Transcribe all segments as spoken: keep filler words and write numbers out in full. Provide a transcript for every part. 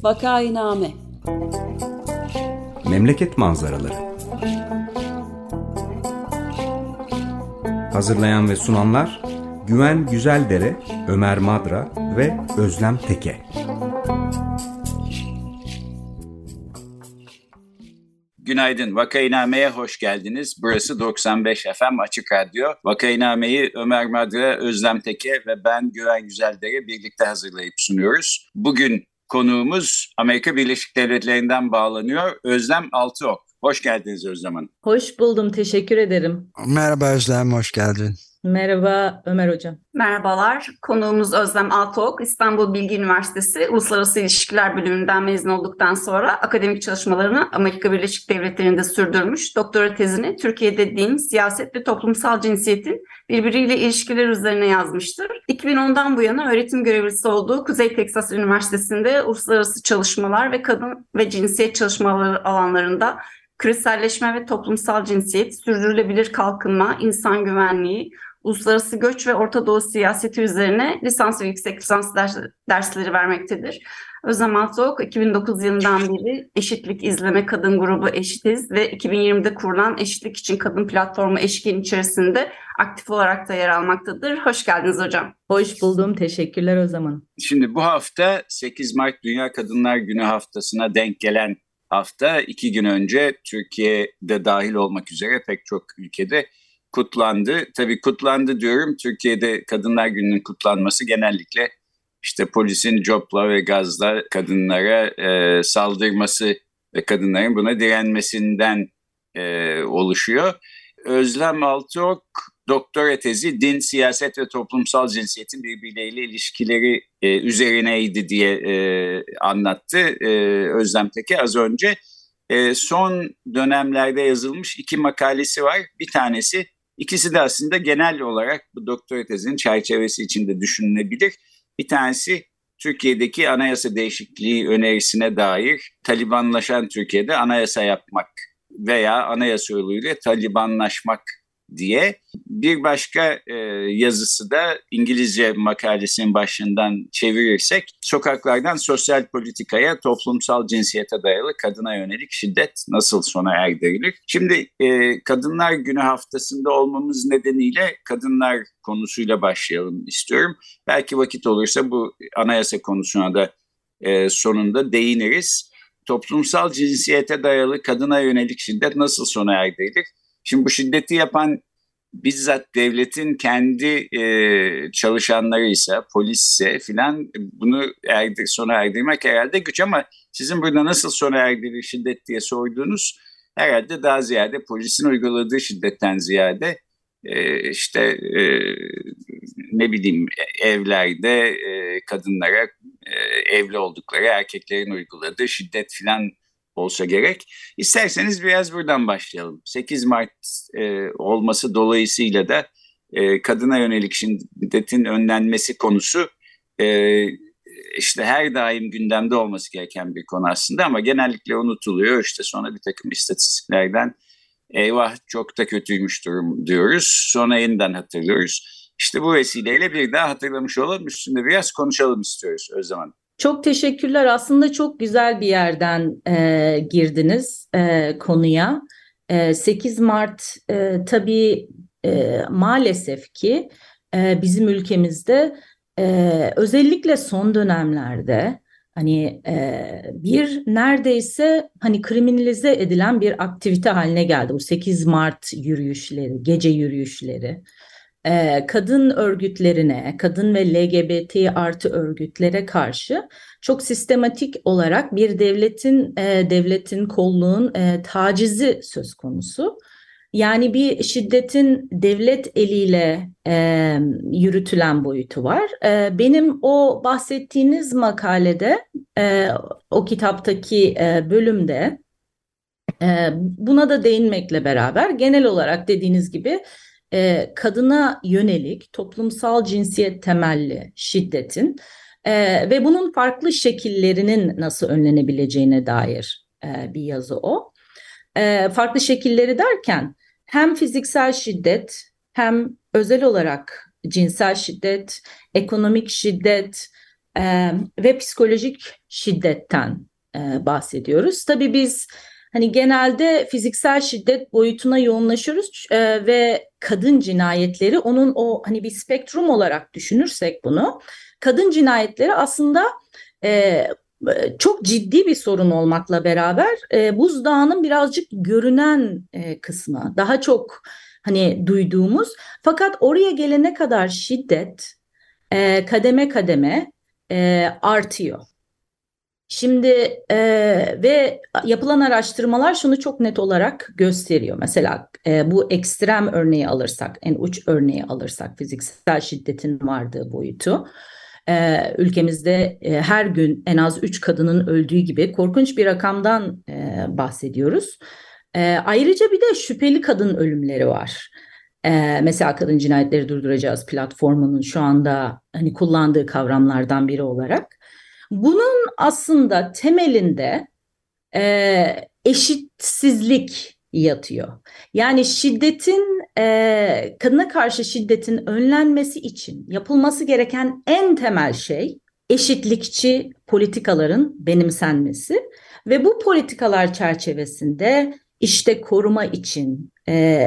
Vakainame. Memleket manzaraları. Hazırlayan ve sunanlar Güven Güzeldere, Ömer Madra ve Özlem Teke. Günaydın, Vakainame'ye hoş geldiniz. Burası doksan beş F M Açık Radyo. Vakainame'yi Ömer Madra, Özlem Teke ve ben Güven Güzeldere birlikte hazırlayıp sunuyoruz. Bugün konuğumuz Amerika Birleşik Devletleri'nden bağlanıyor. Özlem Altıok. Hoş geldiniz Özlem Hanım. Hoş buldum, teşekkür ederim. Merhaba Özlem, hoş geldin. Merhaba Ömer Hocam. Merhabalar, konuğumuz Özlem Altıok, İstanbul Bilgi Üniversitesi Uluslararası İlişkiler Bölümünden mezun olduktan sonra akademik çalışmalarını Amerika Birleşik Devletleri'nde sürdürmüş. Doktora tezini Türkiye'de din, siyaset ve toplumsal cinsiyetin birbiriyle ilişkiler üzerine yazmıştır. iki bin ondan bu yana öğretim görevlisi olduğu Kuzey Teksas Üniversitesi'nde uluslararası çalışmalar ve kadın ve cinsiyet çalışmaları alanlarında küreselleşme ve toplumsal cinsiyet, sürdürülebilir kalkınma, insan güvenliği, uluslararası göç ve Orta Doğu siyaseti üzerine lisans ve yüksek lisans ders, dersleri vermektedir. Özlem Altıok iki bin dokuz yılından beri Eşitlik İzleme Kadın Grubu Eşitiz ve iki bin yirmide kurulan Eşitlik İçin Kadın Platformu Eşkin içerisinde aktif olarak da yer almaktadır. Hoş geldiniz hocam. Hoş buldum, teşekkürler o zaman. Şimdi bu hafta sekiz Mart Dünya Kadınlar Günü haftasına denk gelen hafta iki gün önce Türkiye'de dahil olmak üzere pek çok ülkede kutlandı. Tabii kutlandı diyorum. Türkiye'de Kadınlar Günü'nün kutlanması genellikle işte polisin copla ve gazla kadınlara e, saldırması ve kadınların buna direnmesinden e, oluşuyor. Özlem Altıok doktora tezi din, siyaset ve toplumsal cinsiyetin birbirleriyle ilişkileri e, üzerineydi diye e, anlattı e, Özlem Teke az önce. E, son dönemlerde yazılmış iki makalesi var. Bir tanesi, ikisi de aslında genel olarak bu doktora tezinin çerçevesi içinde düşünülebilir. Bir tanesi Türkiye'deki anayasa değişikliği önerisine dair Talibanlaşan Türkiye'de anayasa yapmak veya anayasa yoluyla Talibanlaşmak diye. Bir başka e, yazısı da İngilizce makalesinin başından çevirirsek sokaklardan sosyal politikaya, toplumsal cinsiyete dayalı kadına yönelik şiddet nasıl sona erdirilir? Şimdi e, Kadınlar Günü haftasında olmamız nedeniyle kadınlar konusuyla başlayalım istiyorum. Belki vakit olursa bu anayasa konusuna da e, sonunda değiniriz. Toplumsal cinsiyete dayalı kadına yönelik şiddet nasıl sona erdirilir? Şimdi bu şiddeti yapan bizzat devletin kendi e, çalışanlarıysa, polisse filan bunu erdir, sona erdirmek herhalde güç ama sizin burada nasıl sona erdirir şiddet diye sorduğunuz herhalde daha ziyade polisin uyguladığı şiddetten ziyade e, işte e, ne bileyim evlerde e, kadınlara e, evli oldukları erkeklerin uyguladığı şiddet filan olsa gerek. İsterseniz biraz buradan başlayalım. sekiz Mart e, olması dolayısıyla da e, kadına yönelik şiddetin önlenmesi konusu e, işte her daim gündemde olması gereken bir konu aslında ama genellikle unutuluyor. İşte sonra bir takım istatistiklerden eyvah çok da kötüymüş durum diyoruz. Sonra yeniden hatırlıyoruz. İşte bu vesileyle bir daha hatırlamış olalım. Üstünde biraz konuşalım istiyoruz Özlem Hanım. Çok teşekkürler. Aslında çok güzel bir yerden e, girdiniz e, konuya. E, sekiz Mart e, tabii e, maalesef ki e, bizim ülkemizde e, özellikle son dönemlerde hani e, bir neredeyse hani kriminalize edilen bir aktivite haline geldi. Bu sekiz Mart yürüyüşleri, gece yürüyüşleri. Kadın örgütlerine, kadın ve L G B T artı örgütlere karşı çok sistematik olarak bir devletin devletin kolluğun tacizi söz konusu. Yani bir şiddetin devlet eliyle yürütülen boyutu var. Benim o bahsettiğiniz makalede, o kitaptaki bölümde buna da değinmekle beraber genel olarak dediğiniz gibi kadına yönelik toplumsal cinsiyet temelli şiddetin e, ve bunun farklı şekillerinin nasıl önlenebileceğine dair e, bir yazı o. E, farklı şekilleri derken hem fiziksel şiddet hem özel olarak cinsel şiddet, ekonomik şiddet, e, ve psikolojik şiddetten e, bahsediyoruz. Tabii biz hani genelde fiziksel şiddet boyutuna yoğunlaşıyoruz e, ve kadın cinayetleri onun o hani bir spektrum olarak düşünürsek bunu, kadın cinayetleri aslında e, çok ciddi bir sorun olmakla beraber e, buzdağının birazcık görünen e, kısmı, daha çok hani duyduğumuz, fakat oraya gelene kadar şiddet e, kademe kademe e, artıyor. Şimdi e, ve yapılan araştırmalar şunu çok net olarak gösteriyor. Mesela e, bu ekstrem örneği alırsak, en uç örneği alırsak, fiziksel şiddetin vardığı boyutu. Ee, ülkemizde e, her gün en az üç kadının öldüğü gibi korkunç bir rakamdan e, bahsediyoruz. E, ayrıca bir de şüpheli kadın ölümleri var. E, mesela Kadın Cinayetleri Durduracağız platformunun şu anda hani kullandığı kavramlardan biri olarak. Bunun aslında temelinde e, eşitsizlik yatıyor. Yani şiddetin, e, kadına karşı şiddetin önlenmesi için yapılması gereken en temel şey eşitlikçi politikaların benimsenmesi ve bu politikalar çerçevesinde işte koruma için, e,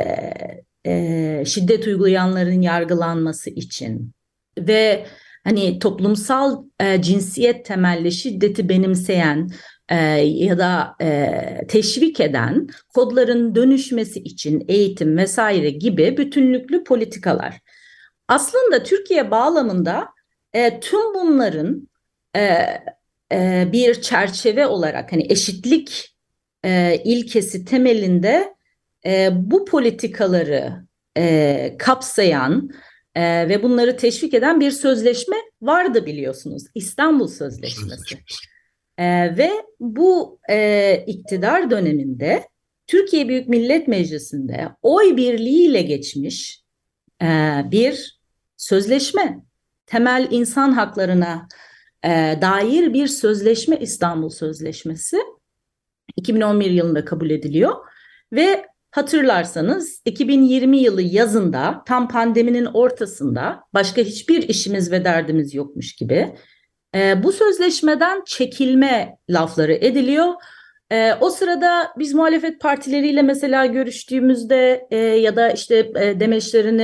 e, şiddet uygulayanların yargılanması için ve hani toplumsal e, cinsiyet temelli şiddeti benimseyen e, ya da e, teşvik eden kodların dönüşmesi için eğitim vesaire gibi bütünlüklü politikalar. Aslında Türkiye bağlamında e, tüm bunların e, e, bir çerçeve olarak hani eşitlik e, ilkesi temelinde e, bu politikaları e, kapsayan Ee, ve bunları teşvik eden bir sözleşme vardı biliyorsunuz. İstanbul Sözleşmesi. Ee, ve bu e, iktidar döneminde Türkiye Büyük Millet Meclisi'nde oy birliğiyle geçmiş e, bir sözleşme. Temel insan haklarına e, dair bir sözleşme, İstanbul Sözleşmesi. iki bin on bir yılında kabul ediliyor ve hatırlarsanız iki bin yirmi yılı yazında tam pandeminin ortasında başka hiçbir işimiz ve derdimiz yokmuş gibi e, bu sözleşmeden çekilme lafları ediliyor. E, o sırada biz muhalefet partileriyle mesela görüştüğümüzde e, ya da işte e, demeçlerini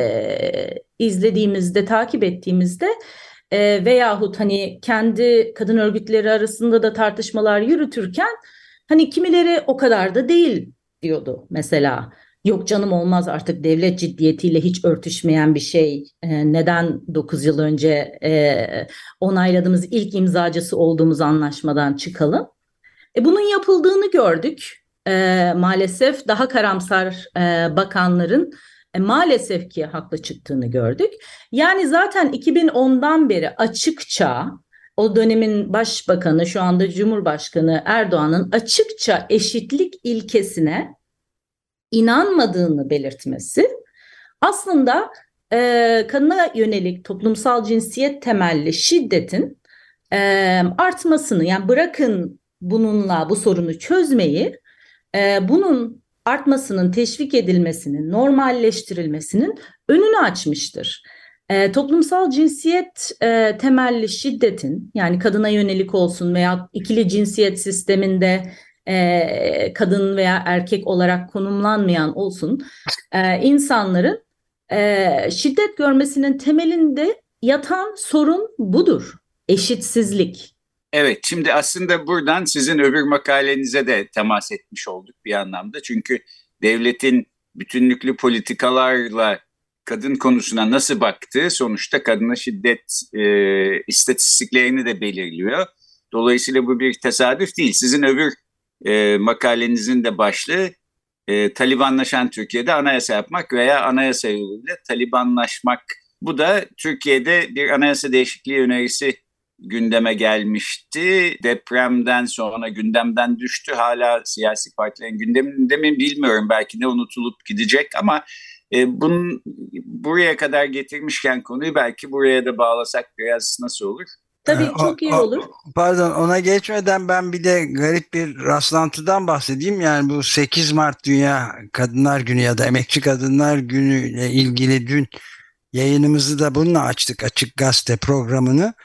e, izlediğimizde, takip ettiğimizde e, veyahut hani kendi kadın örgütleri arasında da tartışmalar yürütürken hani kimileri o kadar da değil diyordu mesela. Yok canım, olmaz artık, devlet ciddiyetiyle hiç örtüşmeyen bir şey. Ee, neden dokuz yıl önce e, onayladığımız, ilk imzacısı olduğumuz anlaşmadan çıkalım? E, bunun yapıldığını gördük. E, maalesef daha karamsar e, bakanların e, maalesef ki haklı çıktığını gördük. Yani zaten iki bin ondan beri açıkça o dönemin başbakanı, şu anda Cumhurbaşkanı Erdoğan'ın açıkça eşitlik ilkesine inanmadığını belirtmesi aslında e, kadına yönelik toplumsal cinsiyet temelli şiddetin e, artmasını, yani bırakın bununla bu sorunu çözmeyi, e, bunun artmasının, teşvik edilmesinin, normalleştirilmesinin önünü açmıştır. E, toplumsal cinsiyet e, temelli şiddetin, yani kadına yönelik olsun veya ikili cinsiyet sisteminde e, kadın veya erkek olarak konumlanmayan olsun, e, insanların e, şiddet görmesinin temelinde yatan sorun budur. Eşitsizlik. Evet, şimdi aslında buradan sizin öbür makalenize de temas etmiş olduk bir anlamda. Çünkü devletin bütünlüklü politikalarla kadın konusuna nasıl baktığı sonuçta kadına şiddet e, istatistiklerini de belirliyor. Dolayısıyla bu bir tesadüf değil. Sizin öbür e, makalenizin de başlığı e, Talibanlaşan Türkiye'de anayasa yapmak veya anayasa yoluyla Talibanlaşmak. Bu da Türkiye'de bir anayasa değişikliği önerisi gündeme gelmişti. Depremden sonra gündemden düştü. Hala siyasi partilerin gündeminde mi bilmiyorum. Belki de unutulup gidecek ama e, bunun buraya kadar getirmişken konuyu belki buraya da bağlasak biraz nasıl olur? Tabii çok iyi olur. Pardon, ona geçmeden ben bir de garip bir rastlantıdan bahsedeyim. Yani bu sekiz Mart Dünya Kadınlar Günü ya da Emekçi Kadınlar Günü ile ilgili dün yayınımızı da bununla açtık, Açık Gazete programını.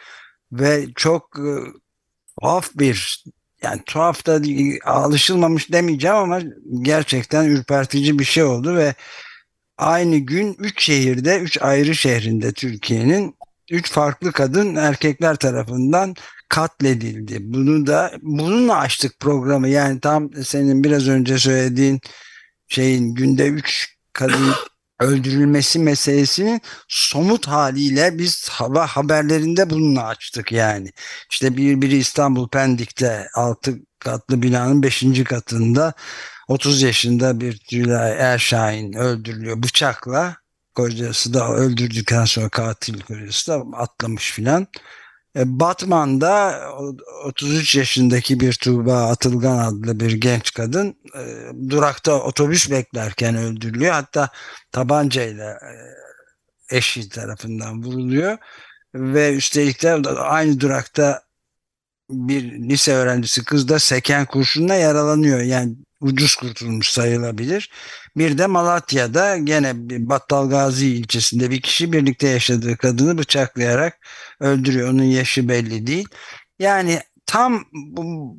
ve çok e, tuhaf bir, yani tuhaf da değil, alışılmamış demeyeceğim ama gerçekten ürpertici bir şey oldu ve aynı gün üç şehirde, üç ayrı şehrinde Türkiye'nin üç farklı kadın erkekler tarafından katledildi. Bunu da bununla açtık programı. Yani tam senin biraz önce söylediğin şeyin, günde üç kadın öldürülmesi meselesinin somut haliyle biz hava haberlerinde bununla açtık yani. İşte bir biri İstanbul Pendik'te altı katlı binanın beşinci katında otuz yaşında bir Tülay Erşahin öldürülüyor bıçakla. Kocası da öldürdükten sonra katil kocası da atlamış filan. E, Batman'da otuz üç yaşındaki bir Tuğba Atılgan adlı bir genç kadın e, durakta otobüs beklerken öldürülüyor. Hatta tabancayla e, eşi tarafından vuruluyor ve üstelik de aynı durakta bir lise öğrencisi kız da seken kurşunla yaralanıyor. Yani ucuz kurtulmuş sayılabilir. Bir de Malatya'da gene bir Battalgazi ilçesinde bir kişi birlikte yaşadığı kadını bıçaklayarak öldürüyor. Onun yaşı belli değil. Yani tam bu,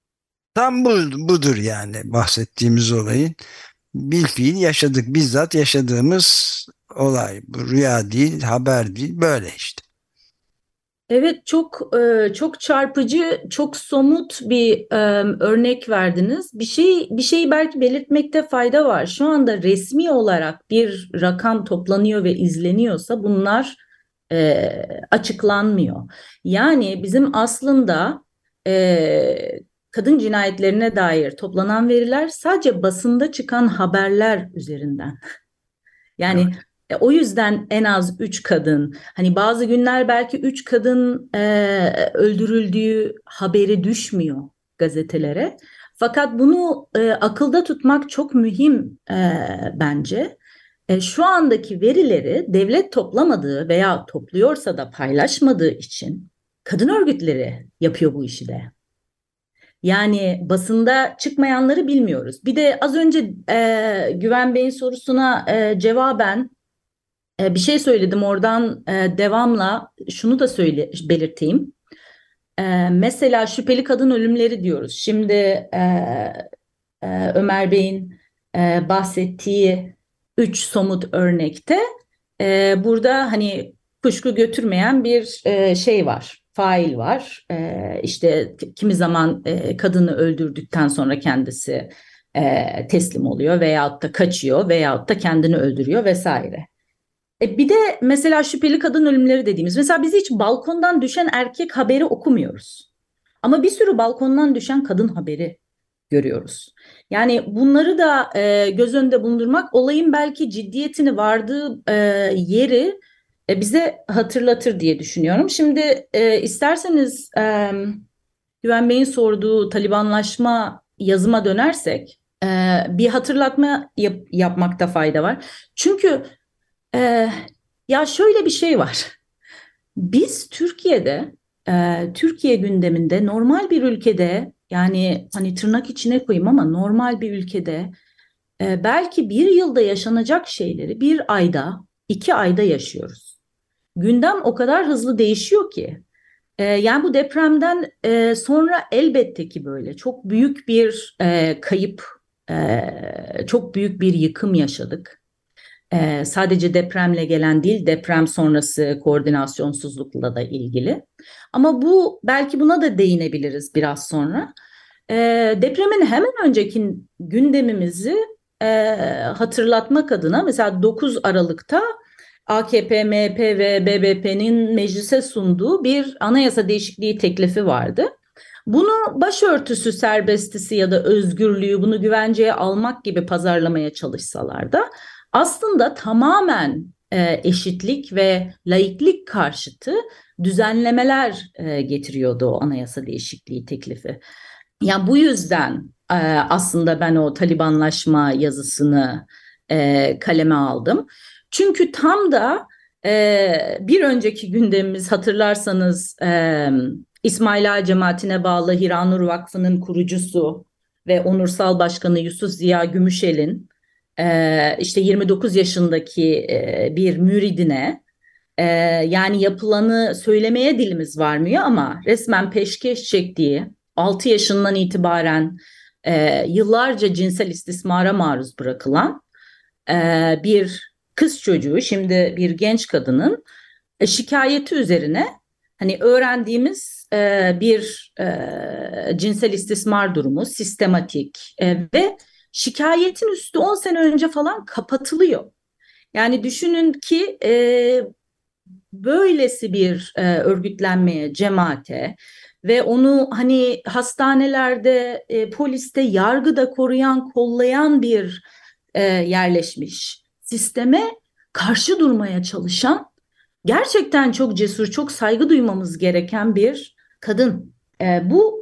tam bu, budur yani bahsettiğimiz olayın. Bilfiil yaşadık, bizzat yaşadığımız olay. Bu rüya değil, haber değil, böyle işte. Evet, çok e, çok çarpıcı, çok somut bir e, örnek verdiniz. Bir şey bir şeyi belki belirtmekte fayda var. Şu anda resmi olarak bir rakam toplanıyor ve izleniyorsa bunlar e, açıklanmıyor. Yani bizim aslında e, kadın cinayetlerine dair toplanan veriler sadece basında çıkan haberler üzerinden. Yani Evet. e, o yüzden en az üç kadın, hani bazı günler belki üç kadın e, öldürüldüğü haberi düşmüyor gazetelere. Fakat bunu e, akılda tutmak çok mühim e, bence. E, şu andaki verileri devlet toplamadığı veya topluyorsa da paylaşmadığı için kadın örgütleri yapıyor bu işi de. Yani basında çıkmayanları bilmiyoruz. Bir de az önce e, Güven Bey'in sorusuna e, cevaben e, bir şey söyledim. Oradan e, devamla şunu da söyle belirteyim. E, mesela şüpheli kadın ölümleri diyoruz. Şimdi e, e, Ömer Bey'in e, bahsettiği üç somut örnekte e, burada hani kuşku götürmeyen bir e, şey var. Fail var. E, işte kimi zaman e, kadını öldürdükten sonra kendisi e, teslim oluyor veyahut da kaçıyor veyahut da kendini öldürüyor vesaire. E bir de mesela şüpheli kadın ölümleri dediğimiz. Mesela biz hiç balkondan düşen erkek haberi okumuyoruz. Ama bir sürü balkondan düşen kadın haberi görüyoruz. Yani bunları da e, göz önünde bulundurmak olayın belki ciddiyetini vardığı e, yeri e, bize hatırlatır diye düşünüyorum. Şimdi e, isterseniz e, Güven Bey'in sorduğu Talibanlaşma yazıma dönersek e, bir hatırlatma yap, yapmakta fayda var. Çünkü e, ya şöyle bir şey var. Biz Türkiye'de, e, Türkiye gündeminde normal bir ülkede, yani hani tırnak içine koyayım ama normal bir ülkede e, belki bir yılda yaşanacak şeyleri bir ayda, iki ayda yaşıyoruz. Gündem o kadar hızlı değişiyor ki. E, yani bu depremden e, sonra elbette ki böyle çok büyük bir e, kayıp, e, çok büyük bir yıkım yaşadık. Ee, sadece depremle gelen değil, deprem sonrası koordinasyonsuzlukla da ilgili. Ama bu belki buna da değinebiliriz biraz sonra. Ee, depremin hemen önceki gündemimizi e, hatırlatmak adına mesela dokuz Aralık'ta A K P, M H P ve B B P'nin meclise sunduğu bir anayasa değişikliği teklifi vardı. Bunu başörtüsü serbestisi ya da özgürlüğü, bunu güvenceye almak gibi pazarlamaya çalışsalar da aslında tamamen e, eşitlik ve laiklik karşıtı düzenlemeler e, getiriyordu o anayasa değişikliği teklifi. Yani bu yüzden e, aslında ben o Talibanlaşma yazısını e, kaleme aldım. Çünkü tam da e, bir önceki gündemimiz, hatırlarsanız e, İsmail Ağa cemaatine bağlı Hiranur Vakfı'nın kurucusu ve onursal başkanı Yusuf Ziya Gümüşel'in Ee, işte yirmi dokuz yaşındaki e, bir müridine Ee, yani yapılanı söylemeye dilimiz varmıyor ama resmen peşkeş çektiği altı yaşından itibaren e, yıllarca cinsel istismara maruz bırakılan e, bir kız çocuğu, şimdi bir genç kadının e, şikayeti üzerine hani öğrendiğimiz e, bir e, cinsel istismar durumu sistematik e, ve şikayetin üstü on sene önce falan kapatılıyor. Yani düşünün ki e, böylesi bir e, örgütlenmeye, cemaate ve onu hani hastanelerde, e, poliste, yargıda koruyan, kollayan bir e, yerleşmiş sisteme karşı durmaya çalışan gerçekten çok cesur, çok saygı duymamız gereken bir kadın. E, bu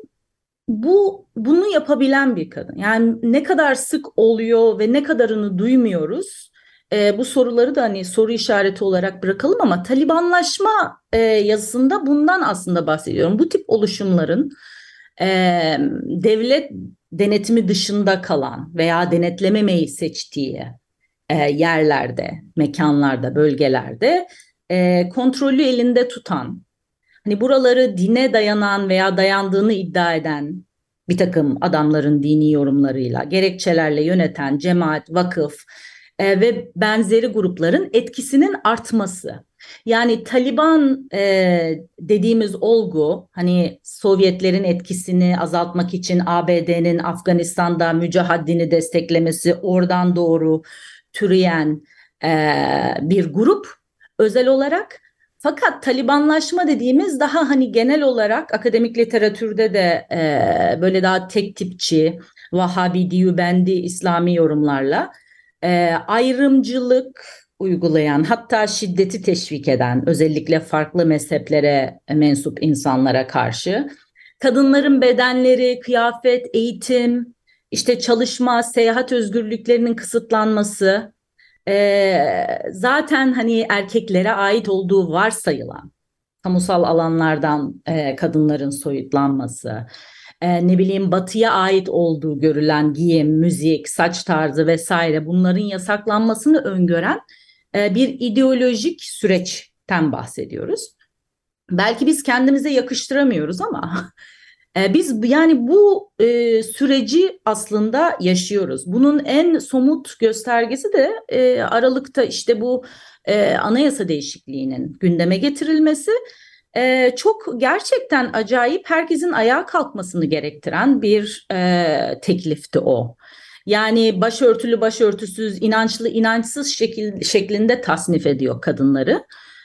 bu bunu yapabilen bir kadın. Yani ne kadar sık oluyor ve ne kadarını duymuyoruz. E, bu soruları da hani soru işareti olarak bırakalım ama Talibanlaşma e, yazısında bundan aslında bahsediyorum. Bu tip oluşumların e, devlet denetimi dışında kalan veya denetlememeyi seçtiği e, yerlerde, mekanlarda, bölgelerde e, kontrolü elinde tutan, hani buraları dine dayanan veya dayandığını iddia eden bir takım adamların dini yorumlarıyla, gerekçelerle yöneten cemaat, vakıf e, ve benzeri grupların etkisinin artması. Yani Taliban e, dediğimiz olgu, hani Sovyetlerin etkisini azaltmak için A B D'nin Afganistan'da mücahaddini desteklemesi, oradan doğru türeyen e, bir grup özel olarak. Fakat Talibanlaşma dediğimiz daha hani genel olarak akademik literatürde de e, böyle daha tek tipçi, Vahabi, Diyubendi, İslami yorumlarla e, ayrımcılık uygulayan, hatta şiddeti teşvik eden, özellikle farklı mezheplere mensup insanlara karşı, kadınların bedenleri, kıyafet, eğitim, işte çalışma, seyahat özgürlüklerinin kısıtlanması, Ee, zaten hani erkeklere ait olduğu varsayılan kamusal alanlardan e, kadınların soyutlanması, e, ne bileyim batıya ait olduğu görülen giyim, müzik, saç tarzı vesaire bunların yasaklanmasını öngören e, bir ideolojik süreçten bahsediyoruz. Belki biz kendimize yakıştıramıyoruz ama e, biz yani bu e, süreci aslında yaşıyoruz. Bunun en somut göstergesi de e, Aralık'ta işte bu e, anayasa değişikliğinin gündeme getirilmesi. E, çok gerçekten acayip, herkesin ayağa kalkmasını gerektiren bir e, teklifti o. Yani başörtülü başörtüsüz, inançlı inançsız şekil, şeklinde tasnif ediyor kadınları.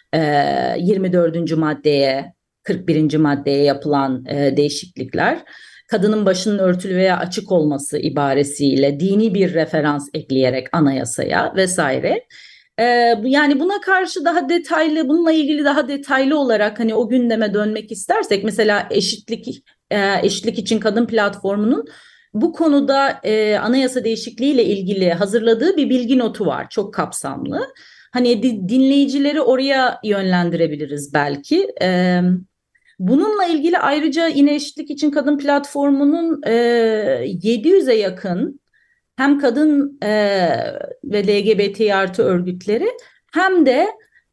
yirmi dördüncü maddeye, kırk birinci maddeye yapılan e, değişiklikler, kadının başının örtülü veya açık olması ibaresiyle dini bir referans ekleyerek anayasaya vesaire. E, yani buna karşı daha detaylı, bununla ilgili daha detaylı olarak hani o gündeme dönmek istersek, mesela eşitlik e, eşitlik için kadın platformunun bu konuda e, anayasa değişikliğiyle ilgili hazırladığı bir bilgi notu var, çok kapsamlı. Hani dinleyicileri oraya yönlendirebiliriz belki. Ee, bununla ilgili ayrıca yine Eşitlik için Kadın Platformu'nun e, yedi yüze yakın hem kadın e, ve L G B T artı örgütleri hem de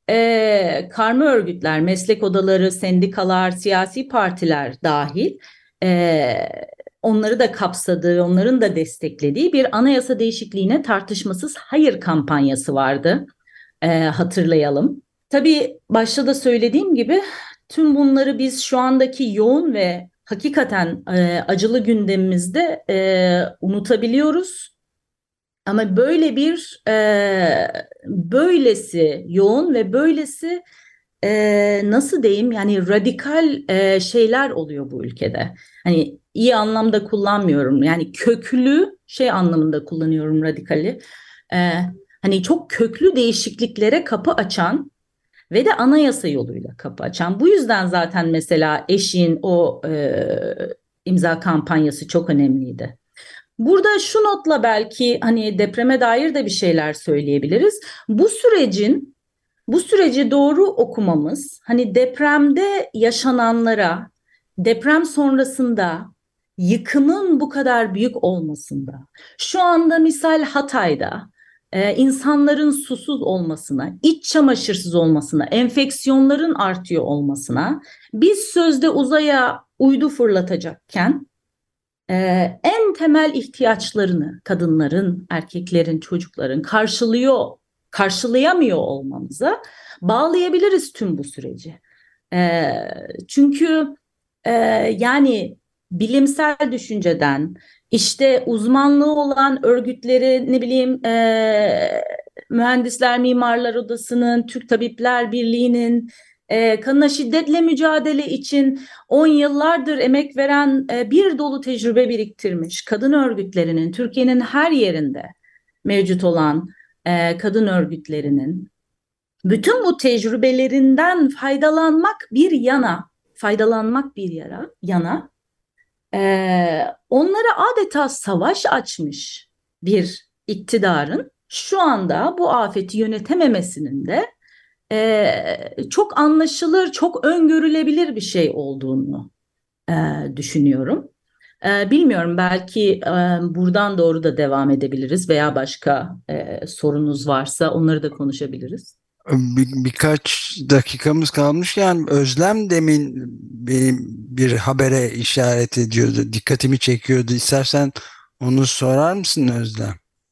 e, karma örgütler, meslek odaları, sendikalar, siyasi partiler dahil e, onları da kapsadığı, onların da desteklediği bir anayasa değişikliğine tartışmasız hayır kampanyası vardı. E, hatırlayalım. Tabii başta da söylediğim gibi tüm bunları biz şu andaki yoğun ve hakikaten e, acılı gündemimizde e, unutabiliyoruz. Ama böyle bir e, böylesi yoğun ve böylesi e, nasıl diyeyim, yani radikal e, şeyler oluyor bu ülkede. Hani iyi anlamda kullanmıyorum, yani köklü şey anlamında kullanıyorum radikali. E, Hani çok köklü değişikliklere kapı açan ve de anayasa yoluyla kapı açan. Bu yüzden zaten mesela Eşik'in o e, imza kampanyası çok önemliydi. Burada şu notla belki hani depreme dair de bir şeyler söyleyebiliriz. Bu sürecin, bu süreci doğru okumamız, hani depremde yaşananlara, deprem sonrasında yıkımın bu kadar büyük olmasında, şu anda misal Hatay'da e, insanların susuz olmasına, iç çamaşırsız olmasına, enfeksiyonların artıyor olmasına, biz sözde uzaya uydu fırlatacakken e, en temel ihtiyaçlarını kadınların, erkeklerin, çocukların karşılıyor, karşılayamıyor olmamıza bağlayabiliriz tüm bu süreci. E, çünkü e, yani bilimsel düşünceden, işte uzmanlığı olan örgütleri, ne bileyim e, Mühendisler Mimarlar Odası'nın, Türk Tabipler Birliği'nin, e, kadına şiddetle mücadele için on yıllardır emek veren e, bir dolu tecrübe biriktirmiş kadın örgütlerinin, Türkiye'nin her yerinde mevcut olan e, kadın örgütlerinin bütün bu tecrübelerinden faydalanmak bir yana, faydalanmak bir yara, yana, Ee, onlara adeta savaş açmış bir iktidarın şu anda bu afeti yönetememesinin de e, çok anlaşılır, çok öngörülebilir bir şey olduğunu e, düşünüyorum. E, bilmiyorum, belki e, buradan doğru da devam edebiliriz veya başka e, sorunuz varsa onları da konuşabiliriz. Bir, birkaç dakikamız kalmışken Özlem demin benim bir habere işaret ediyordu. Dikkatimi çekiyordu. İstersen onu sorar mısın Özlem?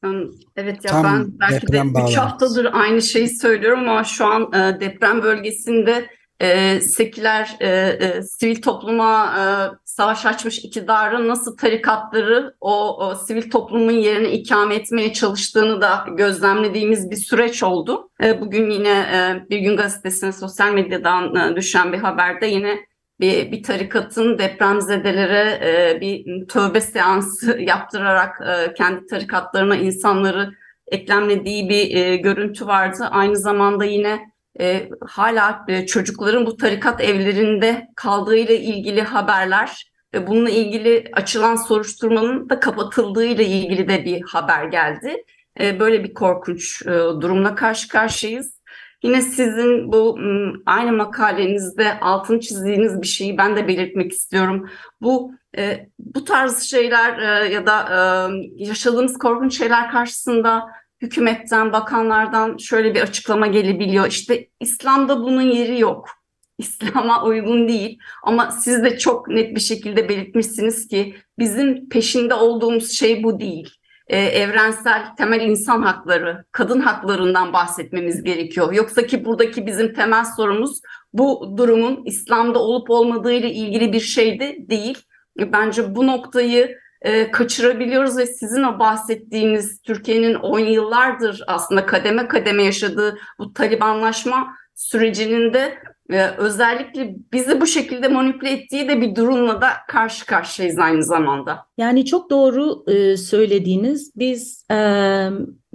Evet ya, Tam ben belki de üç haftadır aynı şeyi söylüyorum ama şu an e, deprem bölgesinde e, seküler e, e, sivil topluma e, savaş açmış iktidarın nasıl tarikatları o, o sivil toplumun yerine ikame etmeye çalıştığını da gözlemlediğimiz bir süreç oldu. E, bugün yine e, Bir Gün Gazetesi'ne sosyal medyadan e, düşen bir haberde yine Bir, bir tarikatın depremzedelere e, bir tövbe seansı yaptırarak e, kendi tarikatlarına insanları eklemlediği bir e, görüntü vardı. Aynı zamanda yine e, hala e, çocukların bu tarikat evlerinde kaldığıyla ilgili haberler ve bununla ilgili açılan soruşturmanın da kapatıldığıyla ilgili de bir haber geldi. E, böyle bir korkunç e, durumla karşı karşıyayız. Yine sizin bu aynı makalenizde altını çizdiğiniz bir şeyi ben de belirtmek istiyorum. Bu e, bu tarz şeyler e, ya da e, yaşadığımız korkunç şeyler karşısında hükümetten, bakanlardan şöyle bir açıklama gelebiliyor. İşte İslam'da bunun yeri yok. İslam'a uygun değil. Ama siz de çok net bir şekilde belirtmişsiniz ki bizim peşinde olduğumuz şey bu değil. Ee, evrensel temel insan hakları, kadın haklarından bahsetmemiz gerekiyor. Yoksa ki buradaki bizim temel sorumuz bu durumun İslam'da olup olmadığı ile ilgili bir şey de değil. Bence bu noktayı e, kaçırabiliyoruz ve sizin o bahsettiğiniz Türkiye'nin on yıllardır aslında kademe kademe yaşadığı bu Talibanlaşma sürecinin de e, özellikle bizi bu şekilde manipüle ettiği de bir durumla da karşı karşıyayız aynı zamanda. Yani çok doğru e, söylediğiniz. Biz e, e,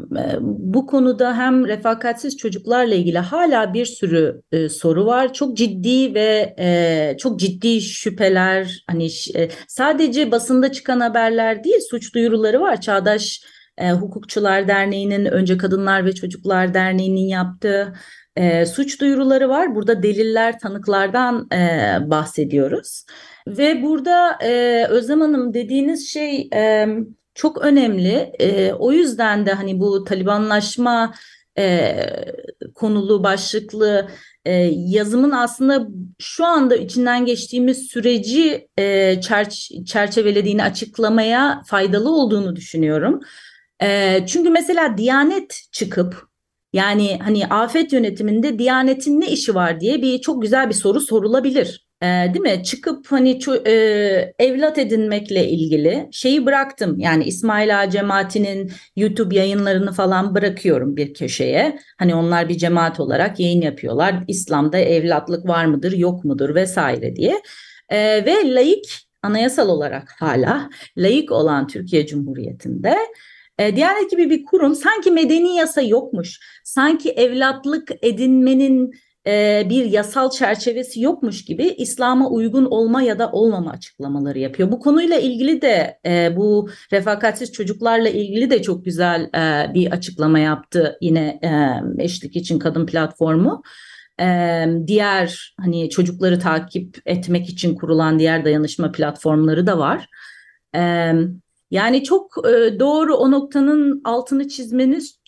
bu konuda hem refakatsiz çocuklarla ilgili hala bir sürü e, soru var. Çok ciddi ve e, çok ciddi şüpheler, hani e, sadece basında çıkan haberler değil, suç duyuruları var. Çağdaş e, Hukukçular Derneği'nin, önce Kadınlar ve Çocuklar Derneği'nin yaptığı E, suç duyuruları var. Burada deliller, tanıklardan e, bahsediyoruz. Ve burada e, Özlem Hanım, dediğiniz şey e, çok önemli. E, o yüzden de hani bu Talibanlaşma e, konulu başlıklı e, yazımın aslında şu anda içinden geçtiğimiz süreci e, çerç- çerçevelediğini açıklamaya faydalı olduğunu düşünüyorum. E, çünkü mesela Diyanet çıkıp, yani hani afet yönetiminde Diyanet'in ne işi var diye bir çok güzel bir soru sorulabilir. Ee, değil mi? Çıkıp hani ço- e, evlat edinmekle ilgili şeyi bıraktım. Yani İsmail Ağa Cemaati'nin YouTube yayınlarını falan bırakıyorum bir köşeye. Hani onlar bir cemaat olarak yayın yapıyorlar. İslam'da evlatlık var mıdır, yok mudur vesaire diye. Ee, ve laik, anayasal olarak hala laik olan Türkiye Cumhuriyeti'nde E, Diyanet gibi bir kurum sanki medeni yasa yokmuş, sanki evlatlık edinmenin e, bir yasal çerçevesi yokmuş gibi İslam'a uygun olma ya da olmama açıklamaları yapıyor. Bu konuyla ilgili de e, bu refakatsiz çocuklarla ilgili de çok güzel e, bir açıklama yaptı yine e, Eşlik İçin Kadın Platformu. Ee, diğer hani çocukları takip etmek için kurulan diğer dayanışma platformları da var. Ee, Yani çok e, doğru, o noktanın altını çizmeniz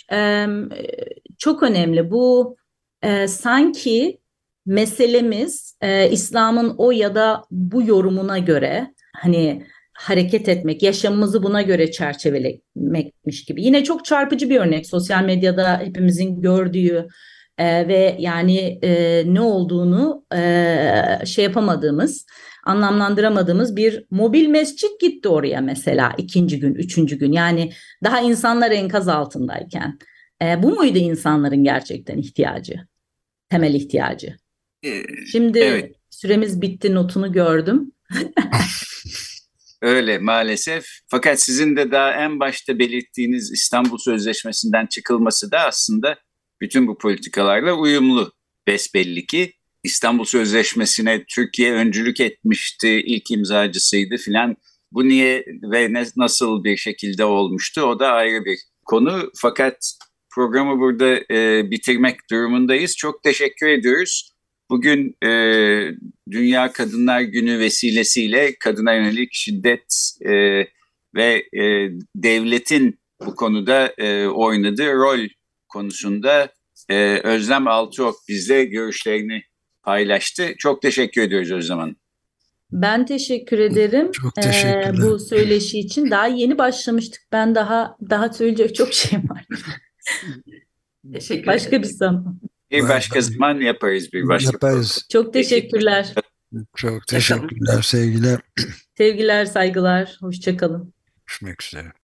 e, çok önemli. Bu e, sanki meselemiz e, İslam'ın o ya da bu yorumuna göre hani hareket etmek, yaşamımızı buna göre çerçevelemekmiş gibi. Yine çok çarpıcı bir örnek sosyal medyada hepimizin gördüğü e, ve yani e, ne olduğunu e, şey yapamadığımız, anlamlandıramadığımız bir mobil mescit gitti oraya mesela ikinci gün, üçüncü gün. Yani daha insanlar enkaz altındayken. E, bu muydu insanların gerçekten ihtiyacı, temel ihtiyacı? Ee, Şimdi evet. Süremiz bitti notunu gördüm. Öyle maalesef. Fakat sizin de daha en başta belirttiğiniz İstanbul Sözleşmesi'nden çıkılması da aslında bütün bu politikalarla uyumlu. Besbelli ki İstanbul Sözleşmesi'ne Türkiye öncülük etmişti, ilk imzacısıydı filan. Bu niye ve ne, nasıl bir şekilde olmuştu, o da ayrı bir konu. Fakat programı burada e, bitirmek durumundayız. Çok teşekkür ediyoruz. Bugün e, Dünya Kadınlar Günü vesilesiyle kadına yönelik şiddet e, ve e, devletin bu konuda e, oynadığı rol konusunda e, Özlem Altıok bizle görüşlerini paylaştı. Çok teşekkür ediyoruz Özlem Hanım. Ben teşekkür ederim. Çok teşekkürler. Ee, bu söyleşi için. Daha yeni başlamıştık. Ben daha daha söyleyecek çok şey var. Teşekkür Başka ederim. bir zaman. Bir başka zaman yaparız bir başka Yaparız. Çok teşekkürler. Çok teşekkürler, sevgiler. Sevgiler, saygılar. Hoşça kalın. Görüşmek üzere.